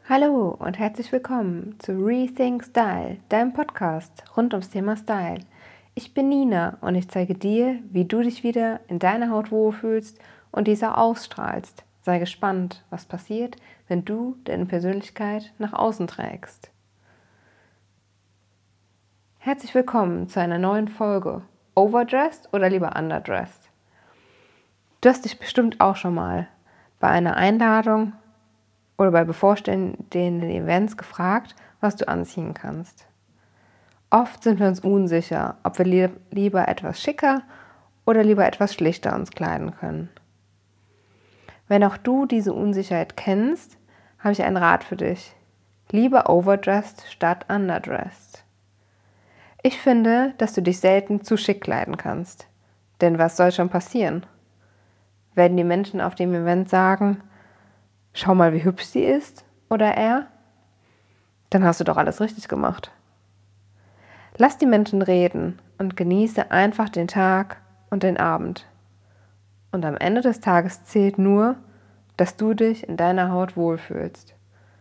Hallo und herzlich willkommen zu Rethink Style, deinem Podcast rund ums Thema Style. Ich bin Nina und ich zeige dir, wie du dich wieder in deiner Haut wohlfühlst und diese ausstrahlst. Sei gespannt, was passiert, wenn du deine Persönlichkeit nach außen trägst. Herzlich willkommen zu einer neuen Folge. Overdressed oder lieber underdressed? Du hast dich bestimmt auch schon mal bei einer Einladung oder bei bevorstehenden Events gefragt, was du anziehen kannst. Oft sind wir uns unsicher, ob wir lieber etwas schicker oder lieber etwas schlichter uns kleiden können. Wenn auch du diese Unsicherheit kennst, habe ich einen Rat für dich. Lieber overdressed statt underdressed. Ich finde, dass du dich selten zu schick kleiden kannst. Denn was soll schon passieren? Werden die Menschen auf dem Event sagen, schau mal, wie hübsch sie ist, oder er? Dann hast du doch alles richtig gemacht. Lass die Menschen reden und genieße einfach den Tag und den Abend. Und am Ende des Tages zählt nur, dass du dich in deiner Haut wohlfühlst.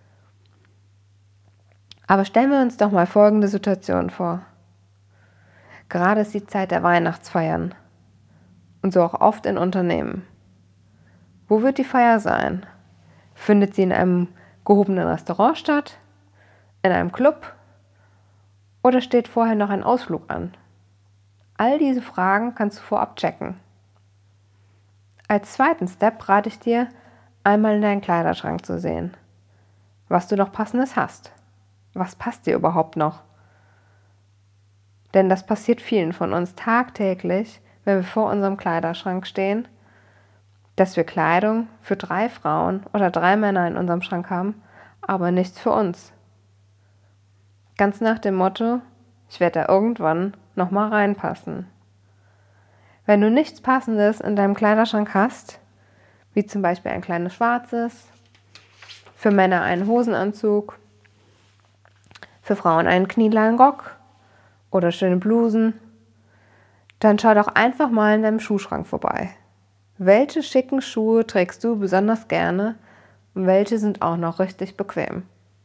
Aber stellen wir uns doch mal folgende Situation vor. Gerade ist die Zeit der Weihnachtsfeiern und so auch oft in Unternehmen. Wo wird die Feier sein? Findet sie in einem gehobenen Restaurant statt? In einem Club? Oder steht vorher noch ein Ausflug an? All diese Fragen kannst du vorab checken. Als zweiten Step rate ich dir, einmal in deinen Kleiderschrank zu sehen, was du noch Passendes hast. Was passt dir überhaupt noch? Denn das passiert vielen von uns tagtäglich, wenn wir vor unserem Kleiderschrank stehen, dass wir Kleidung für 3 Frauen oder 3 Männer in unserem Schrank haben, aber nichts für uns. Ganz nach dem Motto, ich werde da irgendwann nochmal reinpassen. Wenn du nichts Passendes in deinem Kleiderschrank hast, wie zum Beispiel ein kleines schwarzes, für Männer einen Hosenanzug, für Frauen einen knielangen Rock oder schöne Blusen, dann schau doch einfach mal in deinem Schuhschrank vorbei. Welche schicken Schuhe trägst du besonders gerne und welche sind auch noch richtig bequem?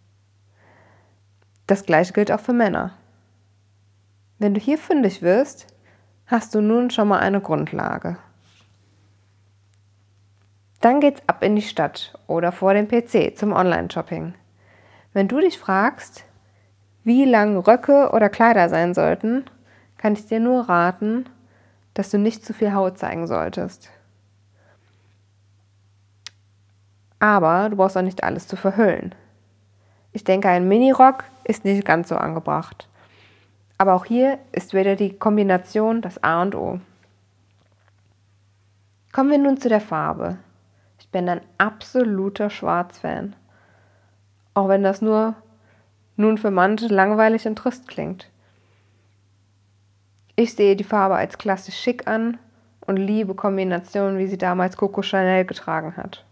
Das gleiche gilt auch für Männer. Wenn du hier fündig wirst, hast du nun schon mal eine Grundlage. Dann geht's ab in die Stadt oder vor dem PC zum Online-Shopping. Wenn du dich fragst, wie lang Röcke oder Kleider sein sollten, kann ich dir nur raten, dass du nicht zu viel Haut zeigen solltest. Aber du brauchst auch nicht alles zu verhüllen. Ich denke, ein Minirock ist nicht ganz so angebracht. Aber auch hier ist wieder die Kombination das A und O. Kommen wir nun zu der Farbe. Ich bin ein absoluter Schwarz-Fan. Auch wenn das nun für manche langweilig und trist klingt. Ich sehe die Farbe als klassisch schick an und liebe Kombinationen, wie sie damals Coco Chanel getragen hat.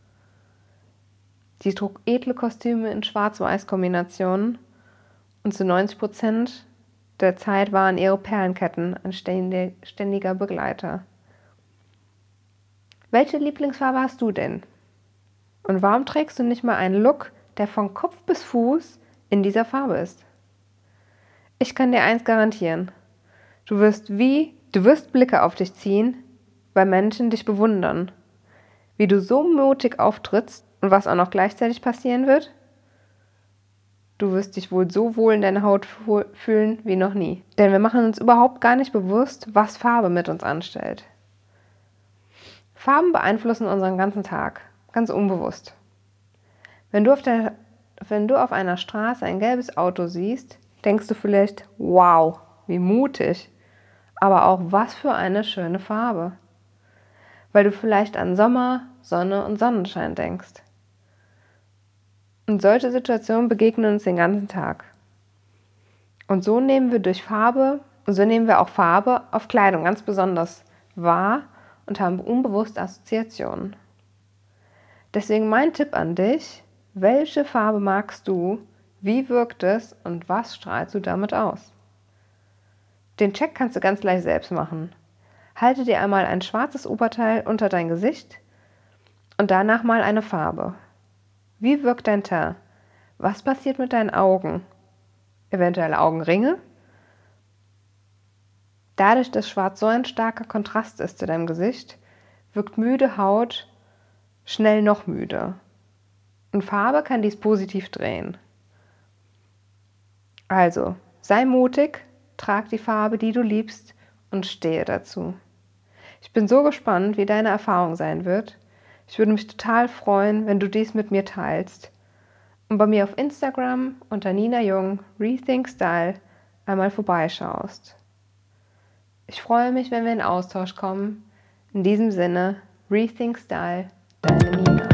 Sie trug edle Kostüme in Schwarz-Weiß-Kombinationen und zu 90% der Zeit waren ihre Perlenketten ein ständiger Begleiter. Welche Lieblingsfarbe hast du denn? Und warum trägst du nicht mal einen Look, der von Kopf bis Fuß in dieser Farbe ist? Ich kann dir eins garantieren. Du wirst Blicke auf dich ziehen, weil Menschen dich bewundern. Wie du so mutig auftrittst und was auch noch gleichzeitig passieren wird? Du wirst dich wohl so wohl in deiner Haut fühlen wie noch nie. Denn wir machen uns überhaupt gar nicht bewusst, was Farbe mit uns anstellt. Farben beeinflussen unseren ganzen Tag, ganz unbewusst. Wenn du auf einer Straße ein gelbes Auto siehst, denkst du vielleicht, wow, wie mutig. Aber auch, was für eine schöne Farbe. Weil du vielleicht an Sommer, Sonne und Sonnenschein denkst. Und solche Situationen begegnen uns den ganzen Tag. Und so nehmen wir auch Farbe auf Kleidung ganz besonders wahr und haben unbewusst Assoziationen. Deswegen mein Tipp an dich, welche Farbe magst du, wie wirkt es und was strahlst du damit aus? Den Check kannst du ganz leicht selbst machen. Halte dir einmal ein schwarzes Oberteil unter dein Gesicht und danach mal eine Farbe. Wie wirkt dein Teint? Was passiert mit deinen Augen? Eventuell Augenringe? Dadurch, dass Schwarz so ein starker Kontrast ist zu deinem Gesicht, wirkt müde Haut schnell noch müde. Und Farbe kann dies positiv drehen. Also, sei mutig, trag die Farbe, die du liebst und stehe dazu. Ich bin so gespannt, wie deine Erfahrung sein wird. Ich würde mich total freuen, wenn du dies mit mir teilst und bei mir auf Instagram unter Nina Jung Rethink Style einmal vorbeischaust. Ich freue mich, wenn wir in Austausch kommen. In diesem Sinne, Rethink Style, deine Nina.